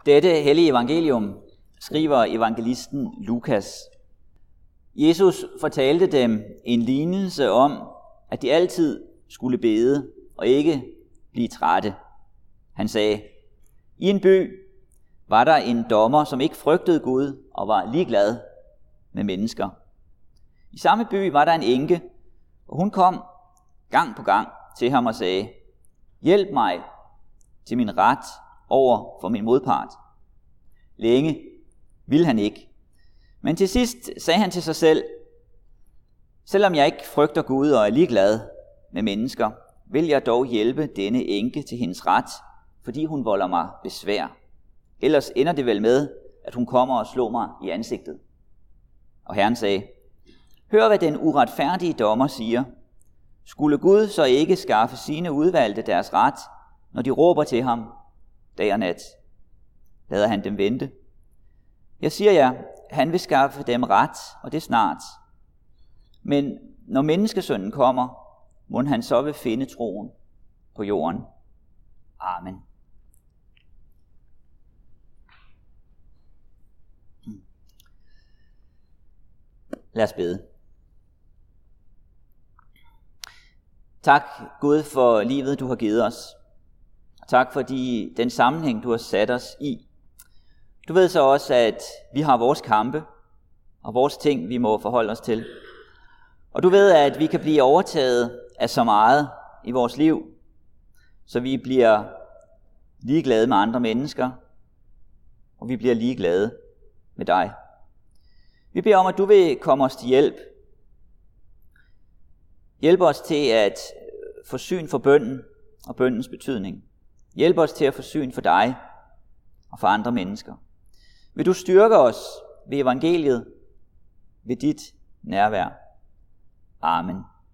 Dette hellige evangelium skriver evangelisten Lukas. Jesus fortalte dem en lignelse om, at de altid skulle bede og ikke blive trætte. Han sagde, i en by var der en dommer, som ikke frygtede Gud og var ligeglad med mennesker. I samme by var der en enke, og hun kom gang på gang til ham og sagde, hjælp mig til min ret over for min modpart. Længe ville han ikke, men til sidst sagde han til sig selv, selvom jeg ikke frygter Gud og er ligeglad med mennesker, vil jeg dog hjælpe denne enke til hendes ret, fordi hun volder mig besvær. Ellers ender det vel med, at hun kommer og slår mig i ansigtet. Og Herren sagde, hør hvad den uretfærdige dommer siger. Skulle Gud så ikke skaffe sine udvalgte deres ret, når de råber til ham dag og nat? Lader han dem vente? Jeg siger jer, han vil skaffe dem ret, og det snart. Men når menneskesønnen kommer, må han så vil finde troen på jorden. Amen. Lad os bede. Tak Gud for livet, du har givet os. Tak for den sammenhæng, du har sat os i. Du ved så også, at vi har vores kampe og vores ting, vi må forholde os til. Og du ved, at vi kan blive overtaget af så meget i vores liv, så vi bliver ligeglade med andre mennesker, og vi bliver ligeglade med dig. Vi beder om, at du vil komme os til hjælp. Hjælp os til at få syn for bønnen og bønnens betydning. Hjælp os til at få syn for dig og for andre mennesker. Vil du styrke os ved evangeliet, ved dit nærvær. Amen.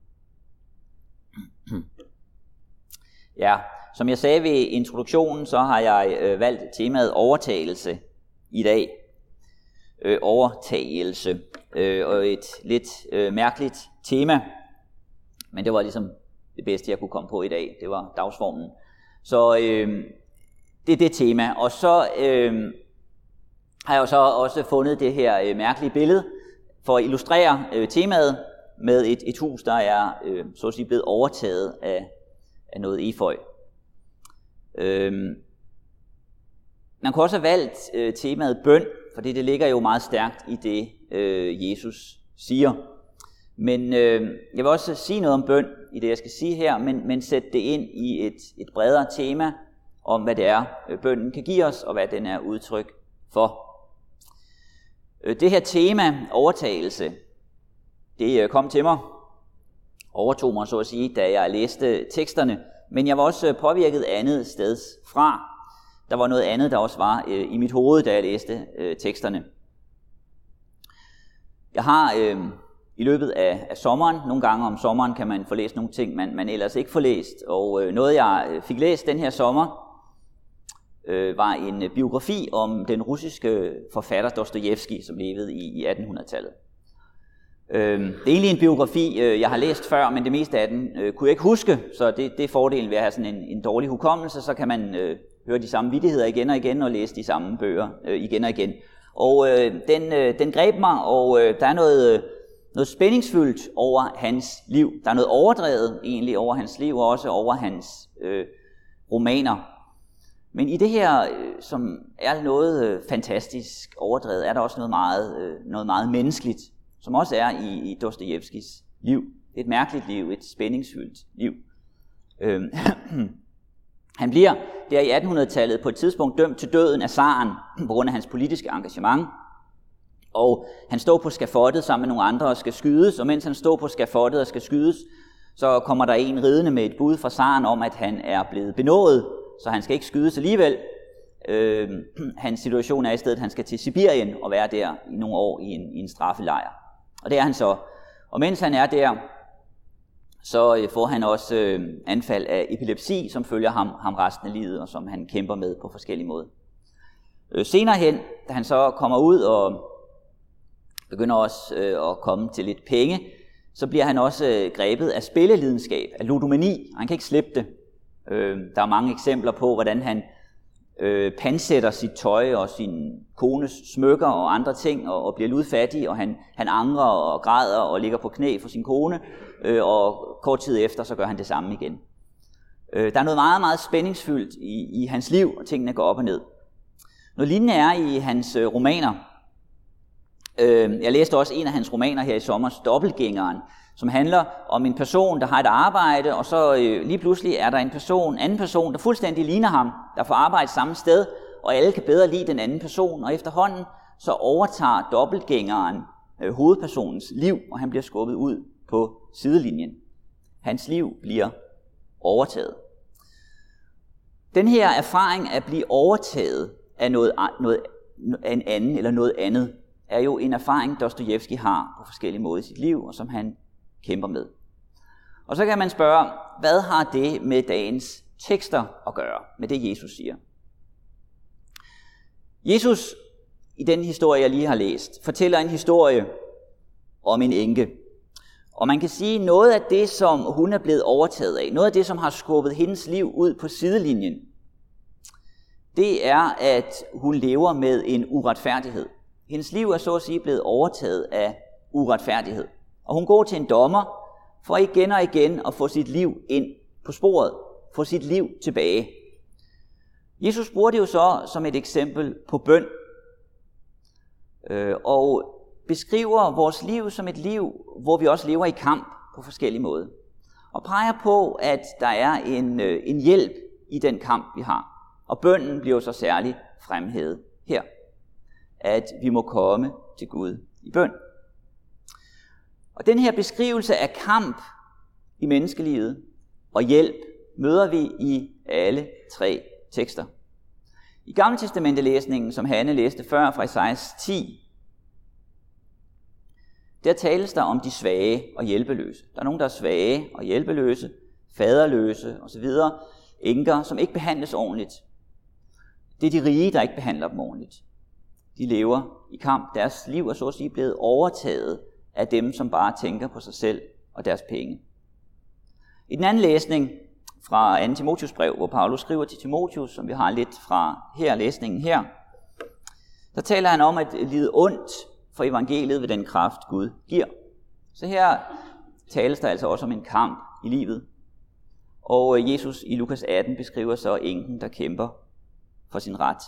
Ja, som jeg sagde ved introduktionen, så har jeg valgt temaet overtagelse i dag. Overtagelse. Og et lidt mærkeligt tema, men det var ligesom det bedste, jeg kunne komme på i dag. Det var dagsformen. Så det er det tema. Og så har jeg jo så også fundet det her mærkelige billede for at illustrere temaet med et hus, der er så at sige blevet overtaget af noget efeu. Man kunne også have valgt temaet bøn, fordi det ligger jo meget stærkt i det, Jesus siger. Men jeg vil også sige noget om bøn i det, jeg skal sige her, men sætte det ind i et bredere tema om, hvad det er, bønnen kan give os, og hvad den er udtryk for. Det her tema, overtagelse, det kom til mig, overtog mig så at sige, da jeg læste teksterne, men jeg var også påvirket andet steds fra. Der var noget andet, der også var i mit hoved, da jeg læste teksterne. Jeg har i løbet af sommeren, nogle gange om sommeren kan man få læst nogle ting, man ellers ikke får læst, og noget jeg fik læst den her sommer, var en biografi om den russiske forfatter Dostojevskij, som levede i 1800-tallet. Det er egentlig en biografi, jeg har læst før, men det meste af den kunne jeg ikke huske, så det er fordelen ved at have sådan en dårlig hukommelse, så kan man høre de samme vittigheder igen og igen og læse de samme bøger igen og igen. Og den greb mig, og der er noget spændingsfyldt over hans liv. Der er noget overdrevet egentlig over hans liv, og også over hans romaner. Men i det her, som er noget fantastisk overdrevet, er der også noget meget menneskeligt, som også er i Dostojevskijs liv. Det er et mærkeligt liv, et spændingsfyldt liv. Han bliver der i 1800-tallet på et tidspunkt dømt til døden af zaren på grund af hans politiske engagement. Og han står på skafottet sammen med nogle andre og skal skydes, og mens han står på skafottet og skal skydes, så kommer der en ridende med et bud fra zaren om, at han er blevet benådet, så han skal ikke skydes alligevel. Hans situation er i stedet, at han skal til Sibirien og være der i nogle år i en straffelejr. Og det er han så. Og mens han er der, så får han også anfald af epilepsi, som følger ham resten af livet, og som han kæmper med på forskellige måder. Senere hen, da han så kommer ud og begynder også at komme til lidt penge, så bliver han også grebet af spillelidenskab, af ludomani. Han kan ikke slippe det. Der er mange eksempler på, hvordan han pansætter sit tøj og sin kones smykker og andre ting, og bliver ludfattig, og han angrer og græder og ligger på knæ for sin kone, og kort tid efter, så gør han det samme igen. Der er noget meget, meget spændingsfyldt i hans liv, og tingene går op og ned. Noget lignende er i hans romaner. Jeg læste også en af hans romaner her i sommer, Dobbeltgængeren, som handler om en person, der har et arbejde, og så lige pludselig er der en anden person, der fuldstændig ligner ham, der får arbejde samme sted, og alle kan bedre lide den anden person, og efterhånden så overtager dobbeltgængeren hovedpersonens liv, og han bliver skubbet ud på sidelinjen. Hans liv bliver overtaget. Den her erfaring at blive overtaget af en anden eller noget andet, er jo en erfaring, Dostojevskij har på forskellige måder i sit liv, og som han kæmper med. Og så kan man spørge, hvad har det med dagens tekster at gøre, med det Jesus siger? Jesus, i den historie, jeg lige har læst, fortæller en historie om en enke. Og man kan sige, noget af det, som hun er blevet overtaget af, noget af det, som har skubbet hendes liv ud på sidelinjen, det er, at hun lever med en uretfærdighed. Hendes liv er så at sige blevet overtaget af uretfærdighed. Og hun går til en dommer for igen og igen at få sit liv ind på sporet, få sit liv tilbage. Jesus bruger det jo så som et eksempel på bøn, og beskriver vores liv som et liv, hvor vi også lever i kamp på forskellige måder. Og peger på, at der er en hjælp i den kamp, vi har. Og bønnen bliver så særligt fremhævet her, at vi må komme til Gud i bøn. Og den her beskrivelse af kamp i menneskelivet og hjælp møder vi i alle tre tekster. I Gamle Testamentelæsningen, som Hanne læste før fra Esajas 10, der tales der om de svage og hjælpeløse. Der er nogen, der er svage og hjælpeløse, faderløse osv. Enker, som ikke behandles ordentligt. Det er de rige, der ikke behandler dem ordentligt. De lever i kamp. Deres liv er så at sige blevet overtaget af dem, som bare tænker på sig selv og deres penge. I den anden læsning fra 2. Timotheus brev, hvor Paulus skriver til Timotheus, som vi har lidt fra her, læsningen her, der taler han om at lide ondt for evangeliet ved den kraft, Gud giver. Så her tales der altså også om en kamp i livet. Og Jesus i Lukas 18 beskriver så enken, der kæmper for sin ret.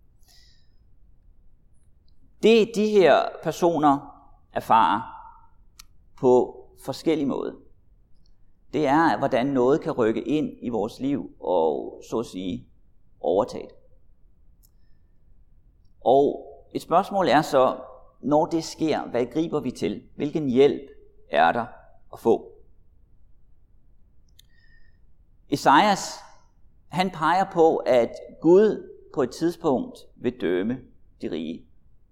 Det de her personer erfarer på forskellige måder, det er, hvordan noget kan rykke ind i vores liv og så at sige overtage det. Og et spørgsmål er så, når det sker, hvad griber vi til? Hvilken hjælp er der at få? Esajas, han peger på, at Gud på et tidspunkt vil dømme de rige.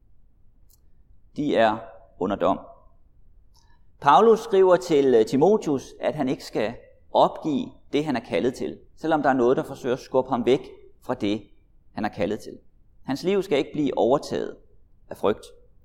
De er under dom. Paulus skriver til Timotheus, at han ikke skal opgive det, han er kaldet til, selvom der er noget, der forsøger at skubbe ham væk fra det, han er kaldet til. Hans liv skal ikke blive overtaget af frygt.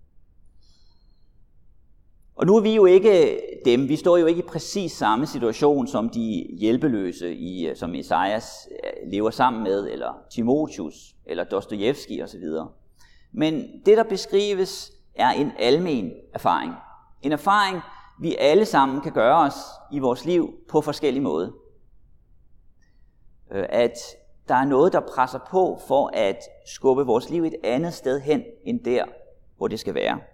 Og nu er vi jo ikke dem, vi står jo ikke i præcis samme situation som de hjælpeløse, som Esajas lever sammen med, eller Timotheus, eller Dostojevskij osv. Men det, der beskrives, er en almen erfaring. En erfaring, vi alle sammen kan gøre os i vores liv på forskellige måder. At der er noget, der presser på for at skubbe vores liv et andet sted hen, end der, hvor det skal være.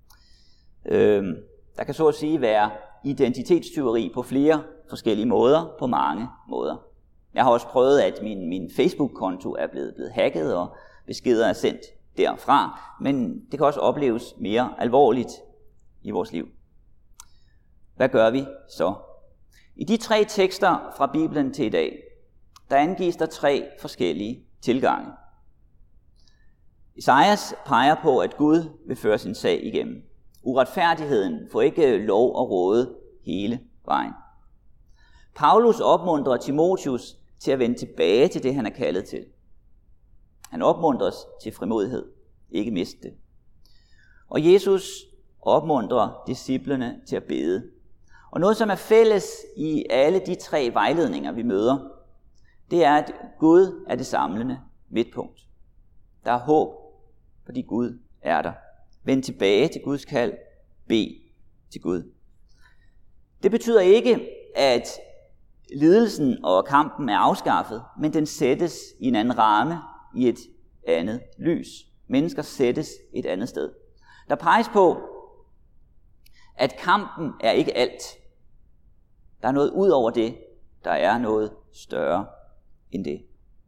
Der kan så at sige være identitetstyveri på flere forskellige måder, på mange måder. Jeg har også prøvet, at min Facebook-konto er blevet hacket, og beskeder er sendt derfra, men det kan også opleves mere alvorligt i vores liv. Hvad gør vi så? I de 3 tekster fra Bibelen til i dag, der angives der 3 forskellige tilgange. Esajas peger på, at Gud vil føre sin sag igennem. Uretfærdigheden får ikke lov at råde hele vejen. Paulus opmuntrer Timotheus til at vende tilbage til det, han er kaldet til. Han opmuntres til frimodighed, ikke miste det. Og Jesus opmuntrer disciplene til at bede. Og noget, som er fælles i alle de 3 vejledninger, vi møder, det er, at Gud er det samlende midtpunkt. Der er håb, fordi Gud er der. Vend tilbage til Guds kald. Bed til Gud. Det betyder ikke, at lidelsen og kampen er afskaffet, men den sættes i en anden ramme, i et andet lys. Mennesker sættes et andet sted. Der peges på, at kampen er ikke alt. Der er noget ud over det. Der er noget større end det.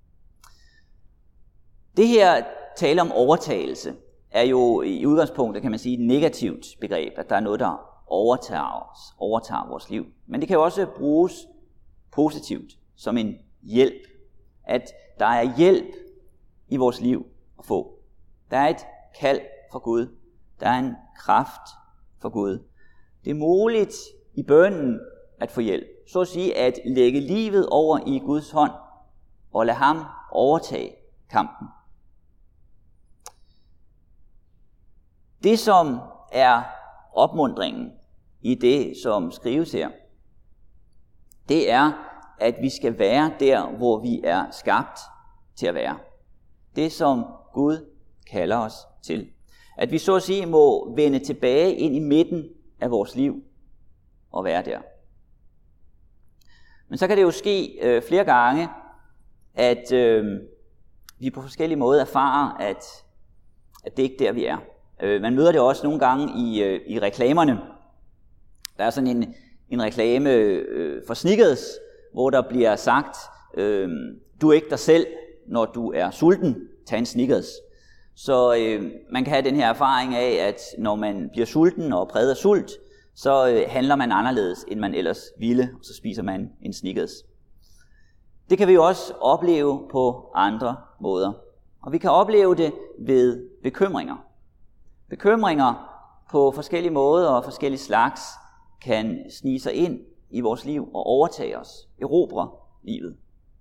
Det her tale om overtagelse er jo i udgangspunktet, kan man sige, et negativt begreb, at der er noget, der overtager vores liv. Men det kan jo også bruges positivt som en hjælp. At der er hjælp i vores liv at få. Der er et kald fra Gud. Der er en kraft fra Gud. Det er muligt i bønnen at få hjælp. Så at sige, at lægge livet over i Guds hånd og lade ham overtage kampen. Det, som er opmuntringen i det, som skrives her, det er, at vi skal være der, hvor vi er skabt til at være. Det, som Gud kalder os til. At vi så at sige må vende tilbage ind i midten af vores liv og være der. Men så kan det jo ske flere gange, at vi på forskellige måder erfarer, at det ikke er der, vi er. Man møder det også nogle gange i reklamerne. Der er sådan en reklame for Snickers, hvor der bliver sagt, du er ikke dig selv, når du er sulten, tag en Snickers. Så man kan have den her erfaring af, at når man bliver sulten og præget af sult, så handler man anderledes, end man ellers ville, og så spiser man en Snickers. Det kan vi jo også opleve på andre måder. Og vi kan opleve det ved bekymringer. Bekymringer på forskellige måder og forskellige slags kan snige sig ind i vores liv og overtage os, erobre livet.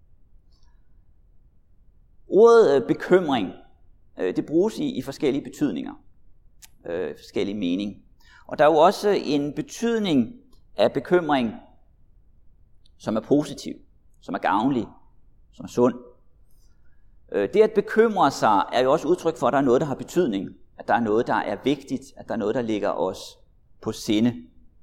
Ordet bekymring, det bruges i forskellige betydninger, forskellige mening. Og der er jo også en betydning af bekymring, som er positiv, som er gavnlig, som er sund. Det at bekymre sig er jo også udtryk for, at der er noget, der har betydning, at der er noget, der er vigtigt, at der er noget, der ligger os på sinde.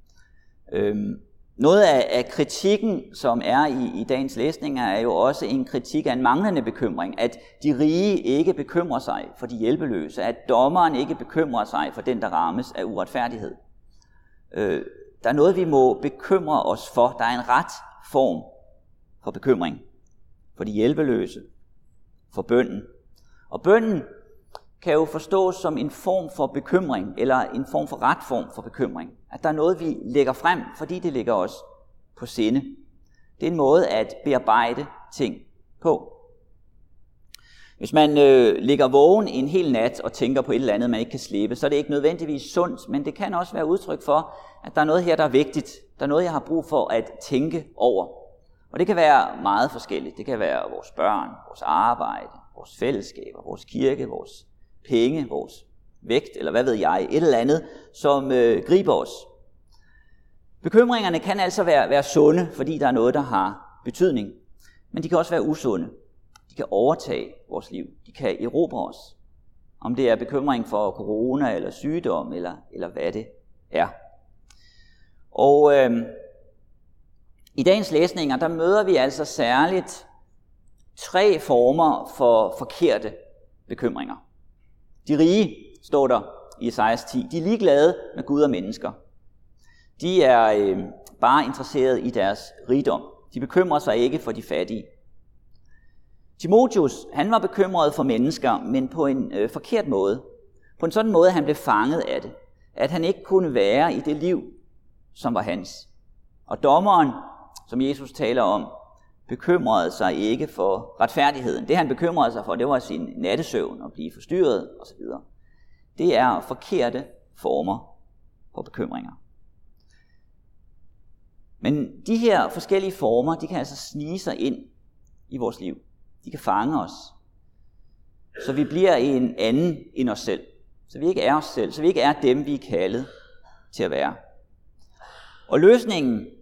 Noget af kritikken, som er i dagens læsninger, er jo også en kritik af en manglende bekymring. At de rige ikke bekymrer sig for de hjælpeløse. At dommeren ikke bekymrer sig for den, der rammes af uretfærdighed. Der er noget, vi må bekymre os for. Der er en ret form for bekymring. For de hjælpeløse. For bønnen. Og bønnen kan jo forstås som en form for bekymring, eller en form for ret form for bekymring. At der er noget, vi lægger frem, fordi det ligger os på sinde. Det er en måde at bearbejde ting på. Hvis man ligger vågen en hel nat og tænker på et eller andet, man ikke kan slippe, så er det ikke nødvendigvis sundt, men det kan også være udtryk for, at der er noget her, der er vigtigt. Der er noget, jeg har brug for at tænke over. Og det kan være meget forskelligt. Det kan være vores børn, vores arbejde, vores fællesskaber, vores kirke, vores penge, vores vægt, eller hvad ved jeg, et eller andet, som griber os. Bekymringerne kan altså være sunde, fordi der er noget, der har betydning. Men de kan også være usunde. De kan overtage vores liv. De kan erobre os. Om det er bekymring for corona, eller sygdom, eller hvad det er. Og i dagens læsninger, der møder vi altså særligt 3 former for forkerte bekymringer. De rige, står der i Esajas 10, de er ligeglade med Gud og mennesker. De er bare interesseret i deres rigdom. De bekymrer sig ikke for de fattige. Timotheus, han var bekymret for mennesker, men på en forkert måde. På en sådan måde, at han blev fanget af det. At han ikke kunne være i det liv, som var hans. Og dommeren, som Jesus taler om, bekymrede sig ikke for retfærdigheden. Det han bekymrede sig for, det var sin nattesøvn og blive forstyrret osv. Det er forkerte former for bekymringer. Men de her forskellige former, de kan altså snige sig ind i vores liv. De kan fange os, så vi bliver en anden end os selv. Så vi ikke er os selv, så vi ikke er dem, vi er kaldet til at være. Og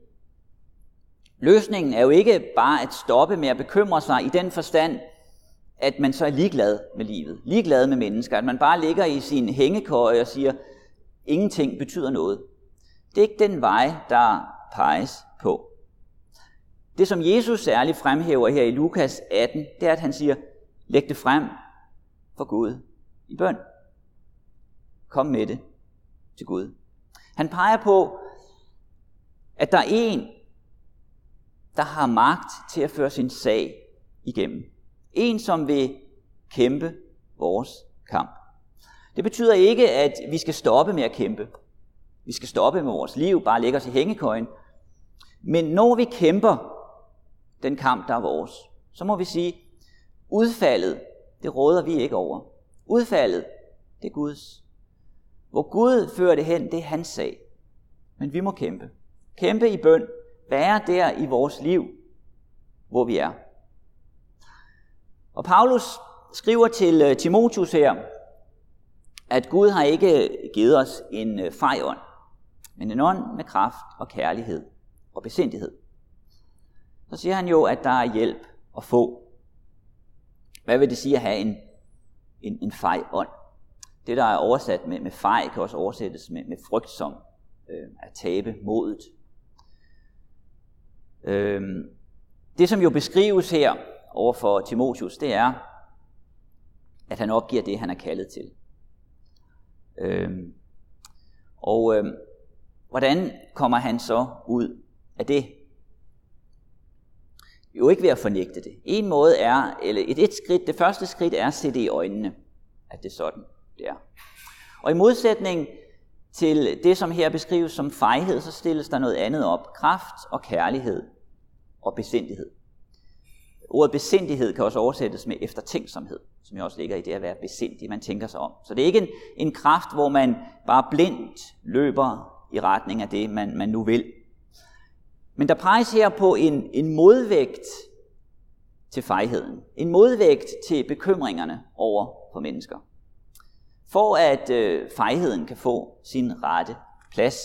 løsningen er jo ikke bare at stoppe med at bekymre sig i den forstand, at man så er ligeglad med livet, ligeglad med mennesker, at man bare ligger i sin hængekøje og siger, ingenting betyder noget. Det er ikke den vej, der peges på. Det, som Jesus særligt fremhæver her i Lukas 18, det er, at han siger, læg det frem for Gud i bøn. Kom med det til Gud. Han peger på, at der er en, der har magt til at føre sin sag igennem. En, som vil kæmpe vores kamp. Det betyder ikke, at vi skal stoppe med at kæmpe. Vi skal stoppe med vores liv, bare lægge os i hængekøjen. Men når vi kæmper den kamp, der er vores, så må vi sige, udfaldet, det råder vi ikke over. Udfaldet, det er Guds. Hvor Gud fører det hen, det er hans sag. Men vi må kæmpe. Kæmpe i bøn. Være der i vores liv, hvor vi er. Og Paulus skriver til Timotheus her, at Gud har ikke givet os en fej ånd, men en ånd med kraft og kærlighed og besindighed. Så siger han jo, at der er hjælp at få. Hvad vil det sige at have en fej ånd? Det, der er oversat med fej, kan også oversættes med frygtsom, at tabe modet. Det, som jo beskrives her over for Timotheus, det er, at han opgiver det, han er kaldet til. Hvordan kommer han så ud af det? Jo, ikke ved at fornægte det. En måde er, eller et skridt, det første skridt er at se det i øjnene, at det er sådan, det er. Og i modsætning til det, som her beskrives som fejhed, så stilles der noget andet op. Kraft og kærlighed og besindighed. Ordet besindighed kan også oversættes med eftertænksomhed, som jo også ligger i det at være besindig, man tænker sig om. Så det er ikke en kraft, hvor man bare blindt løber i retning af det, man nu vil. Men der peges her på en modvægt til fejheden. En modvægt til bekymringerne over for mennesker. For at fejheden kan få sin rette plads.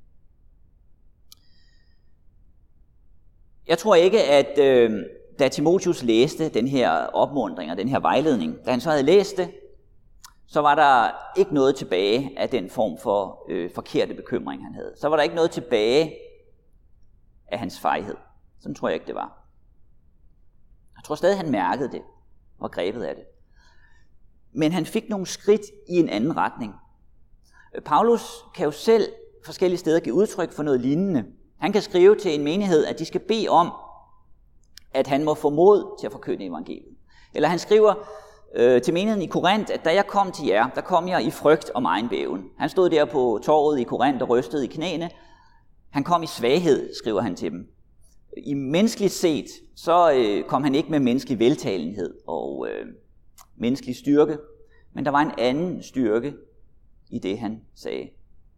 Jeg tror ikke, at da Timotheus læste den her opmuntring og den her vejledning, da han så havde læst det, så var der ikke noget tilbage af den form for forkerte bekymring, han havde. Så var der ikke noget tilbage af hans fejhed. Sådan tror jeg ikke, det var. Jeg tror stadig, han mærkede det og grebet af det. Men han fik nogle skridt i en anden retning. Paulus kan jo selv forskellige steder give udtryk for noget lignende. Han kan skrive til en menighed, at de skal bede om, at han må få mod til at forkynde evangeliet. Eller han skriver til menigheden i Korinth, at da jeg kom til jer, der kom jeg i frygt om egen bæven. Han stod der på torvet i Korinth og rystede i knæene. Han kom i svaghed, skriver han til dem. I menneskeligt set, så kom han ikke med menneskelig veltalenhed og menneskelig styrke, men der var en anden styrke i det, han sagde.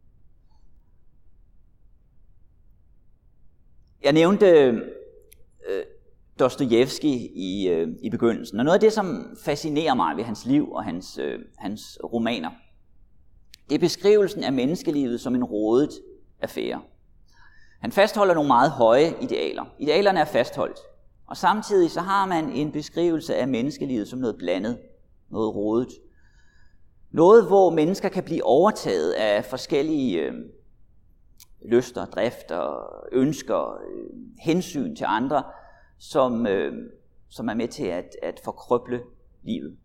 Jeg nævnte Dostojevskij i begyndelsen, og noget af det, som fascinerer mig ved hans liv og hans romaner, det er beskrivelsen af menneskelivet som en rodet affære. Han fastholder nogle meget høje idealer. Idealerne er fastholdt. Og samtidig så har man en beskrivelse af menneskelivet som noget blandet, noget rodet. Noget, hvor mennesker kan blive overtaget af forskellige lyster, drifter, ønsker, hensyn til andre, som er med til at forkrøble livet.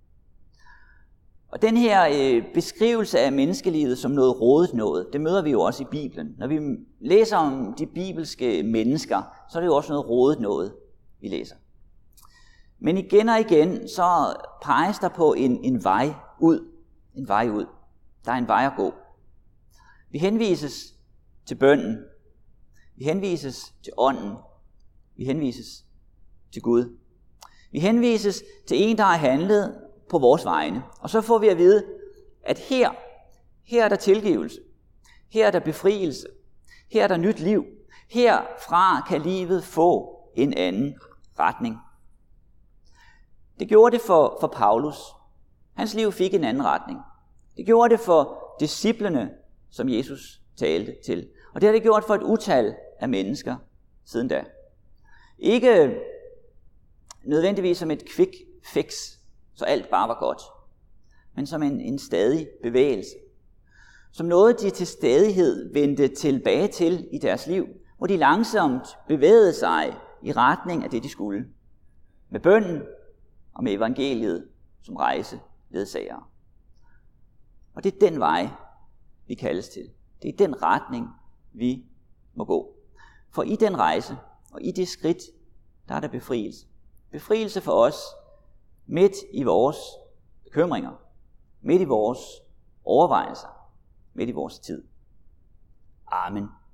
Og den her beskrivelse af menneskelivet som noget rodet noget, det møder vi jo også i Bibelen. Når vi læser om de bibelske mennesker, så er det jo også noget rodet noget, vi læser. Men igen og igen, så peges der på en vej ud. En vej ud. Der er en vej at gå. Vi henvises til bønnen. Vi henvises til ånden. Vi henvises til Gud. Vi henvises til en, der har handlet på vores vegne. Og så får vi at vide, at her er der tilgivelse. Her er der befrielse. Her er der nyt liv. Herfra kan livet få en anden retning. Det gjorde det for Paulus. Hans liv fik en anden retning. Det gjorde det for disciplene, som Jesus talte til. Og det har det gjort for et utal af mennesker siden da. Ikke nødvendigvis som et quick fix, så alt bare var godt, men som en stadig bevægelse. Som noget, de til stadighed vendte tilbage til i deres liv, hvor de langsomt bevægede sig i retning af det, de skulle. Med bønnen og med evangeliet som rejseledsager. Og det er den vej, vi kaldes til. Det er den retning, vi må gå. For i den rejse og i det skridt, der er der befrielse. Befrielse for os midt i vores bekymringer, midt i vores overvejelser, midt i vores tid. Amen.